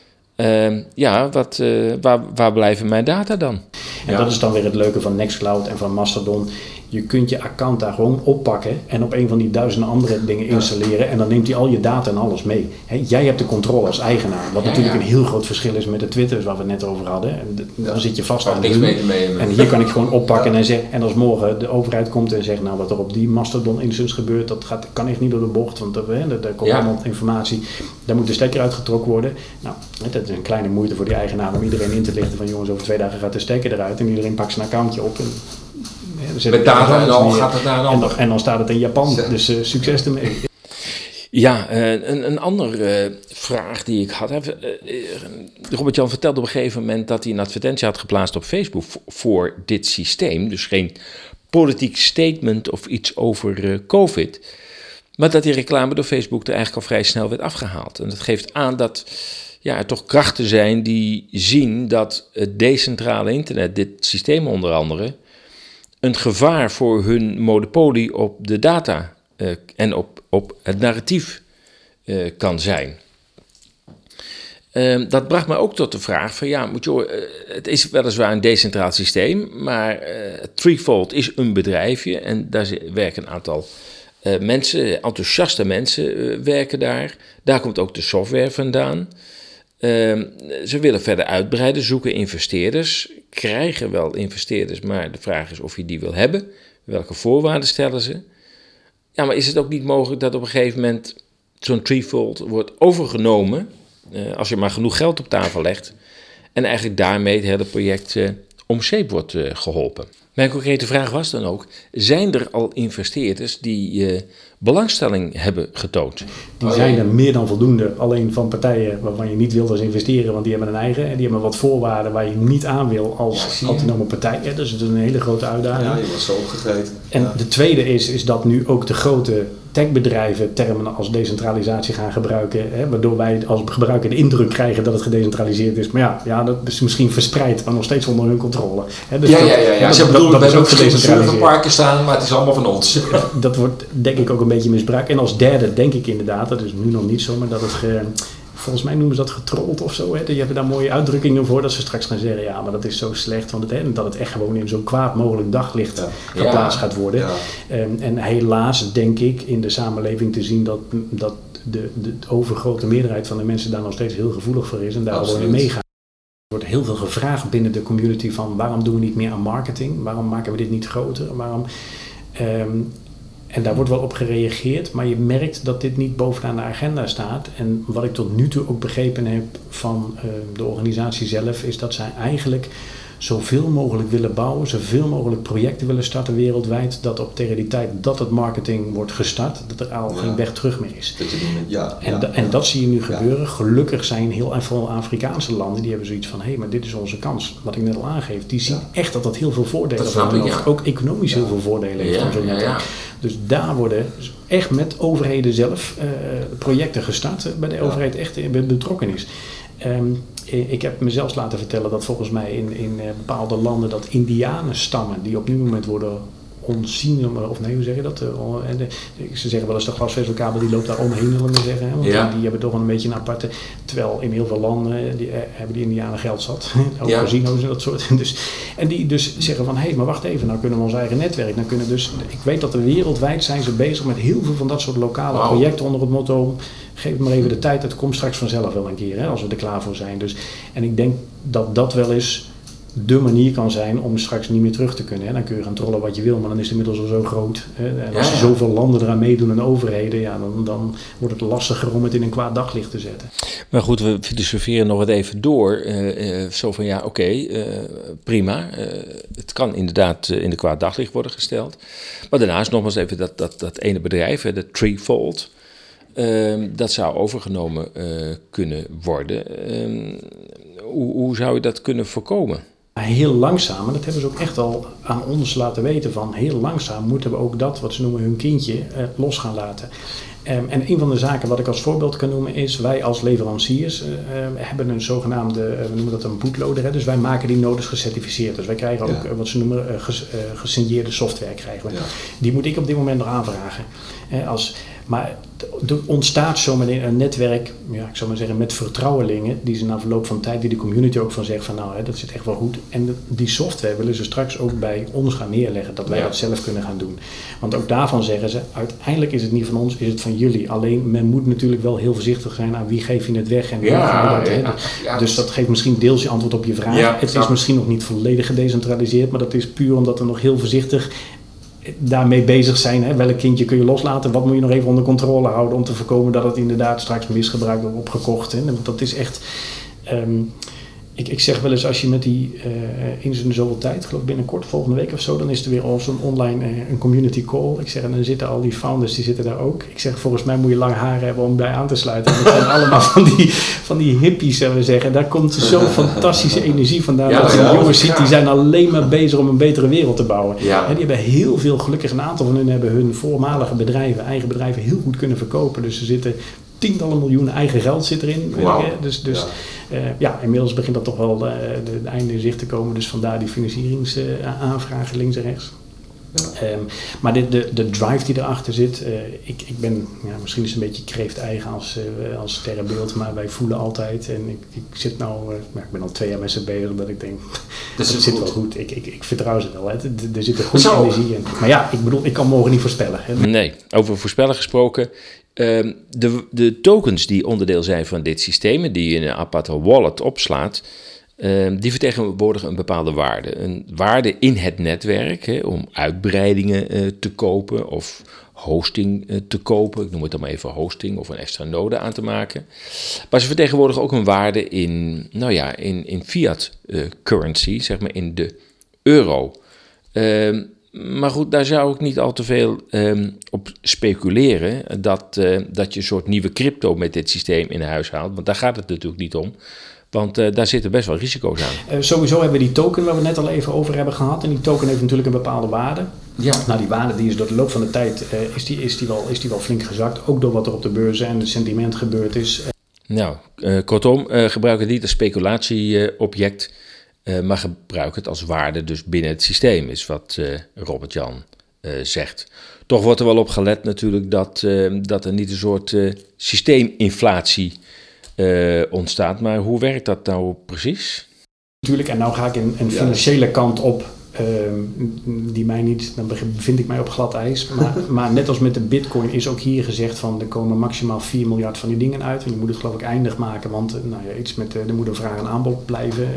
Waar blijven mijn data dan? En dat is dan weer het leuke van Nextcloud en van Mastodon. Je kunt je account daar gewoon oppakken en op een van die duizenden andere dingen installeren. En dan neemt hij al je data en alles mee. Jij hebt de controle als eigenaar. Wat natuurlijk een heel groot verschil is met de Twitters waar we het net over hadden. En dan zit je vast aan de hun. En hier kan ik gewoon oppakken en als morgen de overheid komt en zegt, wat er op die Mastodon instance gebeurt, dat kan echt niet door de bocht. Want daar komt allemaal informatie. Daar moet de stekker uitgetrokken worden. Dat is een kleine moeite voor die eigenaar om iedereen in te lichten van jongens, over 2 dagen gaat de stekker eruit. En iedereen pakt zijn accountje op. Met data en al gaat het naar een ander. En dan staat het in Japan, dus succes ermee. Ja, een andere vraag die ik had. Robert-Jan vertelde op een gegeven moment dat hij een advertentie had geplaatst op Facebook voor dit systeem. Dus geen politiek statement of iets over COVID. Maar dat die reclame door Facebook er eigenlijk al vrij snel werd afgehaald. En dat geeft aan dat er toch krachten zijn die zien dat het decentrale internet, dit systeem onder andere, een gevaar voor hun monopolie op de data en op het narratief kan zijn. Dat bracht mij ook tot de vraag van het is weliswaar een decentraal systeem, maar Threefold is een bedrijfje en daar werken een aantal mensen, enthousiaste mensen werken daar. Daar komt ook de software vandaan. Ze willen verder uitbreiden, zoeken investeerders, krijgen wel investeerders, maar de vraag is of je die wil hebben. Welke voorwaarden stellen ze? Ja, maar is het ook niet mogelijk dat op een gegeven moment zo'n Threefold wordt overgenomen, als je maar genoeg geld op tafel legt, en eigenlijk daarmee het hele project om zeep wordt geholpen? Mijn concrete vraag was dan ook, zijn er al investeerders die belangstelling hebben getoond? Die zijn er meer dan voldoende, alleen van partijen waarvan je niet wilt als investeren, want die hebben een eigen en die hebben wat voorwaarden waar je niet aan wil als autonome partij. Ja, dus het is een hele grote uitdaging. Ja, je wordt zo opgetreden. En de tweede is dat nu ook de grote techbedrijven termen als decentralisatie gaan gebruiken, waardoor wij als gebruiker de indruk krijgen dat het gedecentraliseerd is. Maar dat is misschien verspreid, maar nog steeds onder hun controle. Dus dat is ook gedecentraliseerd. Parken staan, maar het is allemaal van ons. Dat wordt denk ik ook een beetje misbruikt. En als derde denk ik inderdaad, dat is nu nog niet zo, maar dat het volgens mij noemen ze dat getrold of zo. Die hebben daar mooie uitdrukkingen voor, dat ze straks gaan zeggen, maar dat is zo slecht, dat het echt gewoon in zo'n kwaad mogelijk daglicht geplaatst gaat worden. Ja. En helaas denk ik in de samenleving te zien dat de overgrote meerderheid van de mensen daar nog steeds heel gevoelig voor is en daar gewoon in meegaan. Er wordt heel veel gevraagd binnen de community van waarom doen we niet meer aan marketing? Waarom maken we dit niet groter? En daar wordt wel op gereageerd, maar je merkt dat dit niet bovenaan de agenda staat. En wat ik tot nu toe ook begrepen heb van de organisatie zelf, is dat zij eigenlijk zoveel mogelijk willen bouwen, zoveel mogelijk projecten willen starten wereldwijd, dat tegen die tijd dat het marketing wordt gestart, dat er al geen weg terug meer is. En dat zie je nu gebeuren. Gelukkig zijn heel veel Afrikaanse landen, die hebben zoiets van, maar dit is onze kans. Wat ik net al aangeef, die zien echt dat heel veel voordelen heeft. Ook economisch heel veel voordelen heeft van zo'n netwerk. Dus daar worden echt met overheden zelf projecten gestart, bij de overheid echt betrokken is. Ik heb me zelfs laten vertellen dat volgens mij in bepaalde landen dat indianenstammen die op dit moment worden ontzien, of nee, hoe zeg je dat? Ze zeggen wel eens de glasvezelkabel die loopt daar omheen, zullen we zeggen. Want die hebben toch een beetje een aparte. Terwijl in heel veel landen hebben die indianen geld zat. Ook casino's en dat soort. En die dus zeggen van, maar wacht even, nou kunnen we ons eigen netwerk. Nou kunnen ik weet dat er wereldwijd zijn ze bezig met heel veel van dat soort lokale projecten onder het motto, geef het maar even de tijd, het komt straks vanzelf wel een keer, als we er klaar voor zijn. En ik denk dat dat wel eens de manier kan zijn om straks niet meer terug te kunnen. Dan kun je gaan trollen wat je wil, maar dan is het inmiddels al zo groot. En als zoveel landen eraan meedoen en overheden, dan wordt het lastiger om het in een kwaad daglicht te zetten. Maar goed, we filosoferen nog wat even door. Zo van prima. Het kan inderdaad in de kwaad daglicht worden gesteld. Maar daarnaast nogmaals even dat ene bedrijf, de Threefold, dat zou overgenomen kunnen worden. Hoe zou je dat kunnen voorkomen? Heel langzaam, en dat hebben ze ook echt al aan ons laten weten, van heel langzaam moeten we ook dat, wat ze noemen hun kindje, los gaan laten. En een van de zaken wat ik als voorbeeld kan noemen is, wij als leveranciers hebben een zogenaamde, we noemen dat een bootloader, hè? Dus wij maken die nodes gecertificeerd. Dus wij krijgen ook wat ze noemen gesigneerde software krijgen we. Ja. Die moet ik op dit moment nog aanvragen. Maar er ontstaat zometeen een netwerk, ik zou maar zeggen, met vertrouwelingen, die ze na verloop van tijd, die de community ook van zegt van dat zit echt wel goed. En die software willen ze straks ook bij ons gaan neerleggen, dat wij dat zelf kunnen gaan doen. Want ook daarvan zeggen ze, uiteindelijk is het niet van ons, is het van jullie. Alleen men moet natuurlijk wel heel voorzichtig zijn aan wie geef je het weg en hoe gaan we dat. Dus dat geeft misschien deels je antwoord op je vraag. Ja, het is misschien nog niet volledig gedecentraliseerd, maar dat is puur omdat er nog heel voorzichtig daarmee bezig zijn. Hè? Welk kindje kun je loslaten? Wat moet je nog even onder controle houden om te voorkomen dat het inderdaad straks misgebruikt wordt, opgekocht. Hè? Want dat is echt... Ik zeg wel eens, als je met die in zo'n zoveel tijd, geloof binnenkort, volgende week of zo, dan is er weer al zo'n online een community call. Ik zeg, en dan zitten al die founders, die zitten daar ook. Ik zeg, volgens mij moet je lang haar hebben om bij aan te sluiten. En dat zijn allemaal van die hippies, zullen we zeggen. Daar komt zo'n fantastische energie vandaan. Dat je jongens ziet, die zijn alleen maar bezig om een betere wereld te bouwen. Ja. En die hebben heel veel, gelukkig een aantal van hun hebben hun voormalige bedrijven, eigen bedrijven, heel goed kunnen verkopen. Dus ze zitten... tientallen miljoenen eigen geld zit erin. Wow. Inmiddels begint dat toch wel de einde in zicht te komen. Dus vandaar die financieringsaanvragen links en rechts. Ja. Maar de drive die erachter zit, ik ben, misschien is het een beetje kreeft-eigen als sterrenbeeld, maar wij voelen altijd, en ik zit nou, ik ben al 2 jaar met ze bezig, dat ik denk, het zit wel goed. Ik vertrouw ze wel, hè. Er zit een goede energie in. Maar ik bedoel, ik kan morgen niet voorspellen. Hè. Nee, over voorspellen gesproken. De tokens die onderdeel zijn van dit systeem, die je in een aparte wallet opslaat, die vertegenwoordigen een bepaalde waarde. Een waarde in het netwerk, om uitbreidingen te kopen of hosting te kopen. Ik noem het dan maar even hosting of een extra node aan te maken. Maar ze vertegenwoordigen ook een waarde in fiat currency, zeg maar in de euro. Maar goed, daar zou ik niet al te veel op speculeren dat je een soort nieuwe crypto met dit systeem in huis haalt. Want daar gaat het natuurlijk niet om. Want daar zitten best wel risico's aan. Sowieso hebben we die token waar we net al even over hebben gehad. En die token heeft natuurlijk een bepaalde waarde. Ja. Nou, die waarde die is door de loop van de tijd is die wel flink gezakt. Ook door wat er op de beurzen en het sentiment gebeurd is. Kortom, gebruik het niet als speculatieobject. Maar gebruik het als waarde dus binnen het systeem, is wat Robert-Jan zegt. Toch wordt er wel op gelet natuurlijk dat er niet een soort systeeminflatie ontstaat. Maar hoe werkt dat nou precies? Natuurlijk, en nou ga ik een financiële kant op. Die mij niet, dan bevind ik mij op glad ijs. Maar net als met de bitcoin is ook hier gezegd van er komen maximaal 4 miljard van die dingen uit. En je moet het geloof ik eindig maken, want iets met er moet een vraag en aanbod blijven.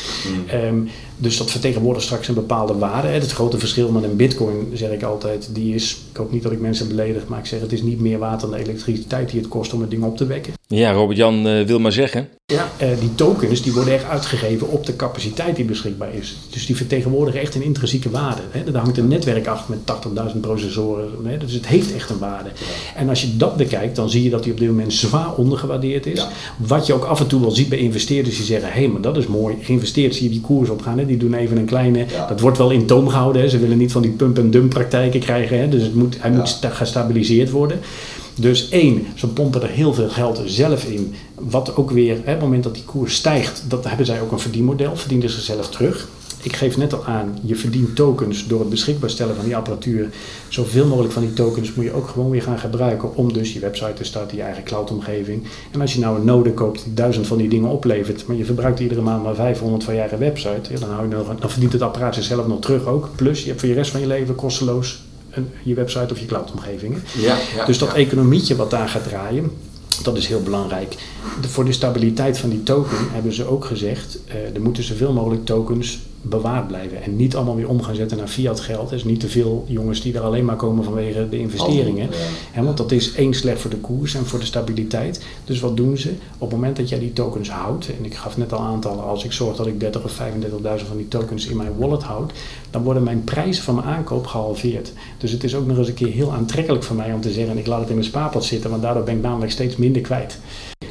Dus dat vertegenwoordigt straks een bepaalde waarde. Het grote verschil met een bitcoin, zeg ik altijd, die is, ik hoop niet dat ik mensen beledig, maar ik zeg het is niet meer waard dan de elektriciteit die het kost om het ding op te wekken. Ja, Robert-Jan wil maar zeggen. Ja. Die tokens die worden echt uitgegeven op de capaciteit die beschikbaar is. Dus die vertegenwoordigen echt een intrinsieke waarde. Hè. Daar hangt een netwerk achter met 80.000 processoren. Hè. Dus het heeft echt een waarde. Ja. En als je dat bekijkt, dan zie je dat die op dit moment zwaar ondergewaardeerd is. Ja. Wat je ook af en toe wel ziet bij investeerders die zeggen, hé, maar dat is mooi. Geïnvesteerd zie je die koers opgaan. Hè. Die doen even een kleine, dat wordt wel in toom gehouden. Hè. Ze willen niet van die pump-and-dump praktijken krijgen. Hè. Dus hij moet gestabiliseerd worden. Dus 1, ze pompen er heel veel geld zelf in. Wat ook weer, op het moment dat die koers stijgt, dat hebben zij ook een verdienmodel. Verdienen ze zelf terug. Ik geef net al aan, je verdient tokens door het beschikbaar stellen van die apparatuur. Zoveel mogelijk van die tokens moet je ook gewoon weer gaan gebruiken om dus je website te starten, je eigen cloudomgeving. En als je nou een node koopt die 1000 van die dingen oplevert, maar je verbruikt iedere maand maar 500 van je eigen website, dan verdient het apparaat zichzelf nog terug ook. Plus je hebt voor je rest van je leven kosteloos je website of je cloudomgevingen. Dus dat economietje wat daar gaat draaien, dat is heel belangrijk. Voor de stabiliteit van die token hebben ze ook gezegd, er moeten zoveel mogelijk tokens bewaard blijven. En niet allemaal weer om gaan zetten naar fiat geld. Er is niet te veel jongens die er alleen maar komen vanwege de investeringen. Want dat is 1 slecht voor de koers en voor de stabiliteit. Dus wat doen ze? Op het moment dat jij die tokens houdt, en ik gaf net al aantallen, als ik zorg dat ik 30.000 of 35.000 van die tokens in mijn wallet houd, dan worden mijn prijzen van mijn aankoop gehalveerd. Dus het is ook nog eens een keer heel aantrekkelijk voor mij om te zeggen, ik laat het in mijn spaarpot zitten, want daardoor ben ik namelijk steeds minder kwijt.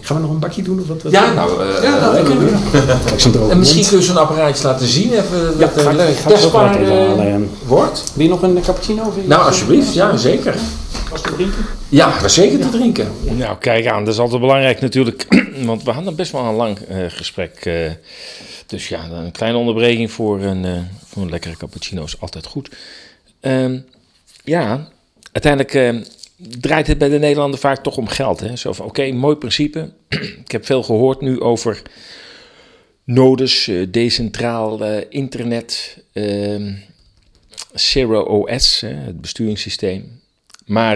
Gaan we nog een bakje doen? Of wat? Ja, lekker. En misschien kun je zo'n apparaatje laten zien. Even Ja, ga ik testbaar wordt. Wil je nog een cappuccino? Nou, alsjeblieft. Ja, zeker. Was te drinken? Ja, zeker te drinken. Nou, kijk aan. Dat is altijd belangrijk natuurlijk. Want we hadden best wel een lang gesprek. Dus ja, een kleine onderbreking voor een lekkere cappuccino is altijd goed. Uiteindelijk draait het bij de Nederlander vaak toch om geld. Hè? Zo van, oké, mooi principe. Ik heb veel gehoord nu over nodes, decentraal internet, Zero OS, het besturingssysteem. Maar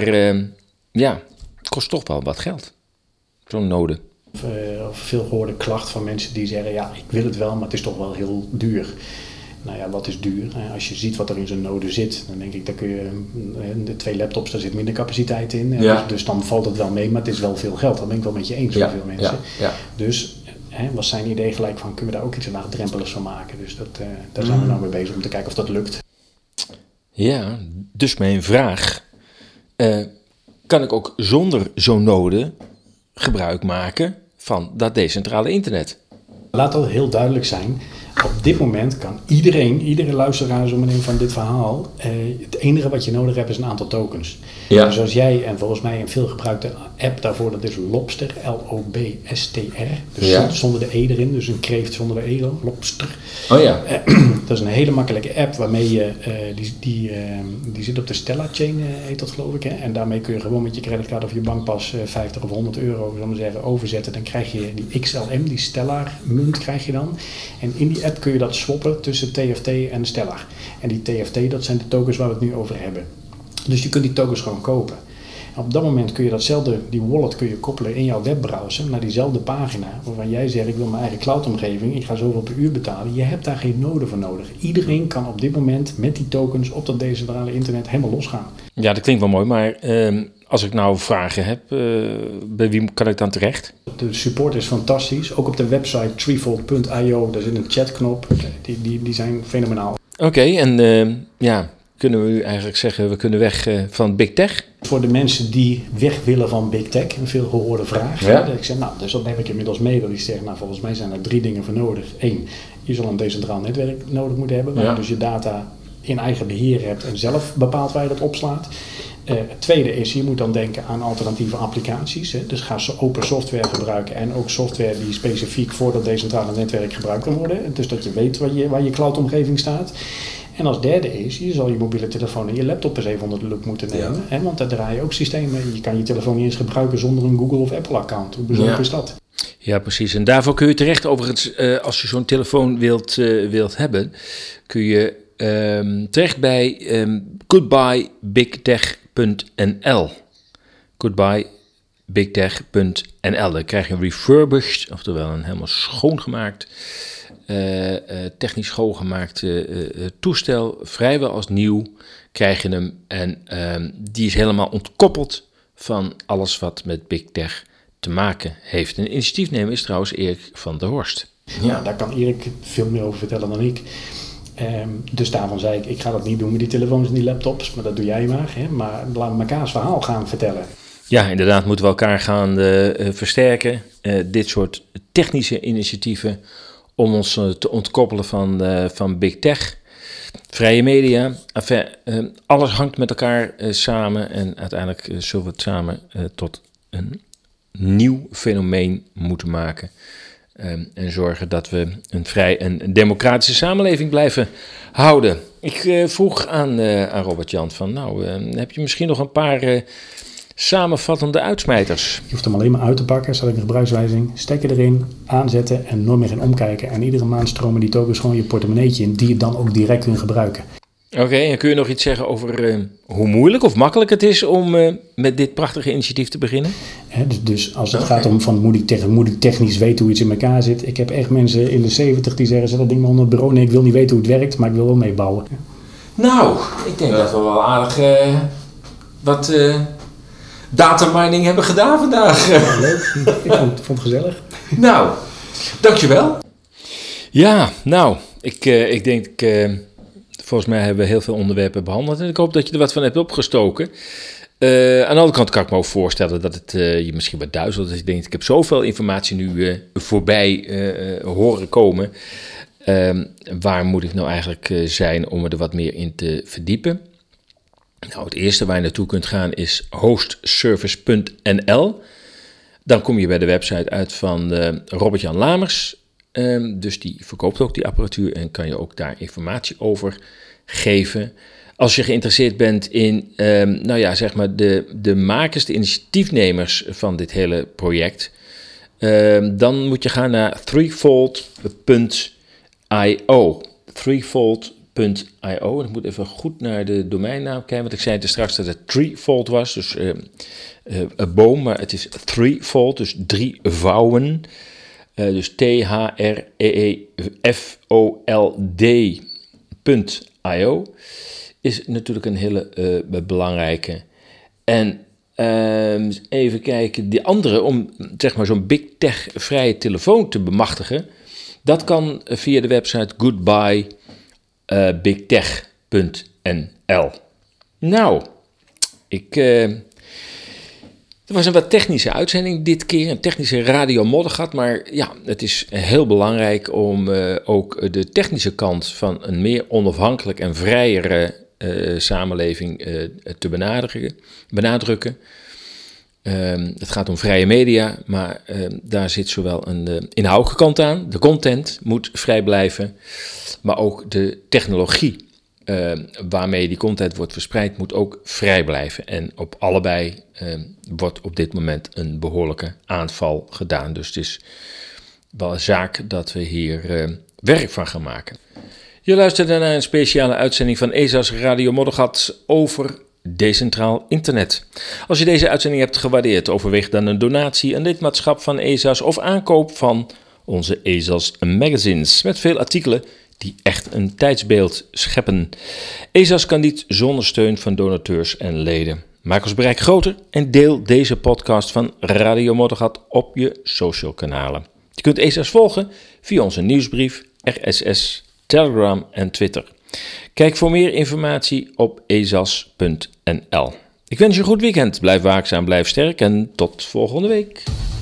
het kost toch wel wat geld, zo'n node. Of veel gehoorde klacht van mensen die zeggen, ja, ik wil het wel, maar het is toch wel heel duur. Nou ja, wat is duur? Als je ziet wat er in zo'n node zit, dan denk ik, daar kun je de 2 laptops, daar zit minder capaciteit in. Ja. Dus dan valt het wel mee, maar het is wel veel geld. Dat ben ik wel met je eens voor veel mensen. Ja. Dus was zijn idee gelijk van, kunnen we daar ook iets laagdrempeligs van maken? Dus daar zijn we nou mee bezig om te kijken of dat lukt. Ja, dus mijn vraag, kan ik ook zonder zo'n node gebruik maken van dat decentrale internet? Laat dat heel duidelijk zijn. Op dit moment kan iedere luisteraar zo meteen van dit verhaal, het enige wat je nodig hebt is een aantal tokens. Ja. Dus als jij, en volgens mij een veelgebruikte app daarvoor, dat is Lobster, Lobstr. Dus zonder de E erin, dus een kreeft zonder de E, Lobster. Oh ja. Dat is een hele makkelijke app waarmee je, die zit op de Stellar-chain, heet dat geloof ik. Hè? En daarmee kun je gewoon met je creditcard of je bankpas 50 of 100 euro, zal ik maar zeggen, overzetten. Dan krijg je die XLM, die Stellar-munt krijg je dan. En in die app kun je dat swappen tussen TFT en Stellar. En die TFT, dat zijn de tokens waar we het nu over hebben. Dus je kunt die tokens gewoon kopen. En op dat moment kun je die wallet kun je koppelen in jouw webbrowser naar diezelfde pagina. Waarvan jij zegt, ik wil mijn eigen cloudomgeving, ik ga zoveel per uur betalen. Je hebt daar geen node voor nodig. Iedereen kan op dit moment met die tokens op dat decentrale internet helemaal losgaan. Ja, dat klinkt wel mooi, maar als ik nou vragen heb, bij wie kan ik dan terecht? De support is fantastisch. Ook op de website treefold.io, daar zit een chatknop. Die zijn fenomenaal. Oké, en kunnen we nu eigenlijk zeggen, we kunnen weg van Big Tech? Voor de mensen die weg willen van Big Tech, een veel gehoorde vraag. Ja. Dat ik zeg, dus dat neem ik inmiddels mee. Dat ik zeg, volgens mij zijn er 3 dingen voor nodig. 1, je zal een decentraal netwerk nodig moeten hebben. Waar je dus je data in eigen beheer hebt en zelf bepaalt waar je dat opslaat. Het tweede is, je moet dan denken aan alternatieve applicaties. Hè. Dus ga open software gebruiken en ook software die specifiek voor dat decentrale netwerk gebruikt kan worden. Dus dat je weet waar je cloudomgeving staat. En als derde is, je zal je mobiele telefoon en je laptop eens even onder de loep moeten nemen. Ja. Hè, want daar draai je ook systemen. Je kan je telefoon niet eens gebruiken zonder een Google of Apple account. Hoe bijzonder is dat? Ja, precies. En daarvoor kun je terecht, overigens, als je zo'n telefoon wilt hebben, kun je terecht bij goodbyebigtech.nl. Goodbyebigtech.nl. Dan krijg je een refurbished, oftewel een helemaal schoongemaakt, technisch schoongemaakt toestel. Vrijwel als nieuw krijg je hem. En die is helemaal ontkoppeld van alles wat met Big Tech te maken heeft. En de initiatiefnemer is trouwens Erik van der Horst. Ja, daar kan Erik veel meer over vertellen dan ik. Dus daarvan zei ik ga dat niet doen met die telefoons en die laptops, maar dat doe jij maar. Hè? Maar laten we elkaars verhaal gaan vertellen. Ja, inderdaad moeten we elkaar gaan versterken. Dit soort technische initiatieven om ons te ontkoppelen van Big Tech. Vrije media, enfin, alles hangt met elkaar samen en uiteindelijk zullen we het samen tot een nieuw fenomeen moeten maken. En zorgen dat we een vrij en democratische samenleving blijven houden. Ik vroeg aan Robert-Jan van, heb je misschien nog een paar samenvattende uitsmijters? Je hoeft hem alleen maar uit te pakken, zet ik een gebruikswijziging, stekker erin, aanzetten en nooit meer gaan omkijken. En iedere maand stromen die tokens gewoon je portemonneetje in, die je dan ook direct kunt gebruiken. Oké, en kun je nog iets zeggen over hoe moeilijk of makkelijk het is om met dit prachtige initiatief te beginnen? Dus als het gaat om van moet ik technisch weten hoe iets in elkaar zit. Ik heb echt mensen in de 70 die zeggen, zet dat ding maar onder het bureau. Nee, ik wil niet weten hoe het werkt, maar ik wil wel meebouwen. Nou, ik denk dat we wel aardig wat datamining hebben gedaan vandaag. Ja, leuk, ik vond het gezellig. Nou, dankjewel. Ja, ik denk... volgens mij hebben we heel veel onderwerpen behandeld en ik hoop dat je er wat van hebt opgestoken. Aan de andere kant kan ik me ook voorstellen dat het je misschien wat duizelt. Dat je denkt, ik heb zoveel informatie nu voorbij horen komen. Waar moet ik nou eigenlijk zijn om er wat meer in te verdiepen? Nou, het eerste waar je naartoe kunt gaan is hostservice.nl. Dan kom je bij de website uit van Robert-Jan Lamers. Dus die verkoopt ook die apparatuur en kan je ook daar informatie over geven. Als je geïnteresseerd bent in zeg maar de makers, de initiatiefnemers van dit hele project, dan moet je gaan naar threefold.io. Threefold.io. Ik moet even goed naar de domeinnaam kijken, want ik zei het straks dat het threefold was, dus een boom, maar het is threefold, dus 3 vouwen. Dus threefold.io is natuurlijk een hele belangrijke. En even kijken, die andere, om zeg maar zo'n big tech vrije telefoon te bemachtigen, dat kan via de website goodbyebigtech.nl. Nou, het was een wat technische uitzending dit keer, een technische Radio Moddergat, maar ja, het is heel belangrijk om ook de technische kant van een meer onafhankelijk en vrijere samenleving te benadrukken. Het gaat om vrije media, maar daar zit zowel een inhoudelijke kant aan, de content moet vrij blijven, maar ook de technologie waarmee die content wordt verspreid moet ook vrij blijven. En op allebei wordt op dit moment een behoorlijke aanval gedaan. Dus het is wel een zaak dat we hier werk van gaan maken. Je luisterde naar een speciale uitzending van ESA's Radio Moddergat over decentraal internet. Als je deze uitzending hebt gewaardeerd, overweeg dan een donatie, een lidmaatschap van ESA's of aankoop van onze ESA's magazines met veel artikelen die echt een tijdsbeeld scheppen. ESA's kan niet zonder steun van donateurs en leden. Maak ons bereik groter en deel deze podcast van Radio Moddergat op je social kanalen. Je kunt ESA's volgen via onze nieuwsbrief, RSS, Telegram en Twitter. Kijk voor meer informatie op esas.nl. Ik wens je een goed weekend, blijf waakzaam, blijf sterk en tot volgende week.